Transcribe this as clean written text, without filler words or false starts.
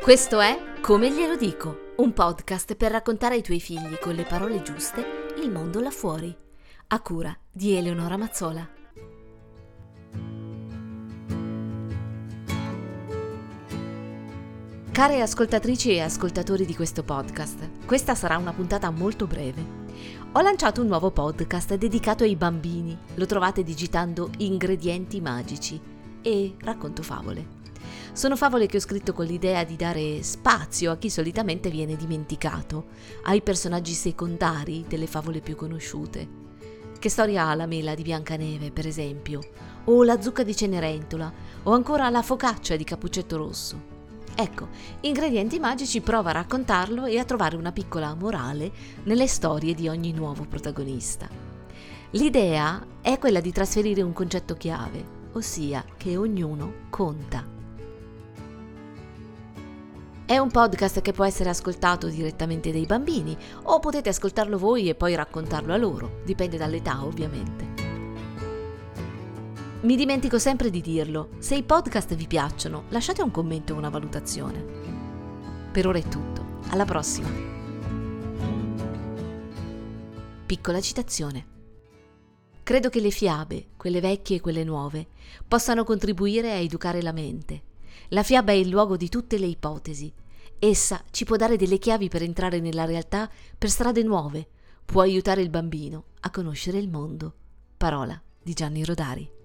Questo è Come glielo dico, un podcast per raccontare ai tuoi figli con le parole giuste il mondo là fuori, a cura di Eleonora Mazzola. Care ascoltatrici e ascoltatori di questo podcast, questa sarà una puntata molto breve. Ho lanciato un nuovo podcast dedicato ai bambini, lo trovate digitando Ingredienti Magici e racconto favole. Sono favole che ho scritto con l'idea di dare spazio a chi solitamente viene dimenticato, ai personaggi secondari delle favole più conosciute. Che storia ha la mela di Biancaneve, per esempio, o la zucca di Cenerentola, o ancora la focaccia di Cappuccetto Rosso? Ecco, Ingredienti Magici prova a raccontarlo e a trovare una piccola morale nelle storie di ogni nuovo protagonista. L'idea è quella di trasferire un concetto chiave, ossia che ognuno conta. È un podcast che può essere ascoltato direttamente dai bambini o potete ascoltarlo voi e poi raccontarlo a loro, dipende dall'età ovviamente. Mi dimentico sempre di dirlo, se i podcast vi piacciono lasciate un commento e una valutazione. Per ora è tutto, alla prossima. Piccola citazione. Credo che le fiabe, quelle vecchie e quelle nuove, possano contribuire a educare la mente. La fiaba è il luogo di tutte le ipotesi. Essa ci può dare delle chiavi per entrare nella realtà per strade nuove, può aiutare il bambino a conoscere il mondo. Parola di Gianni Rodari.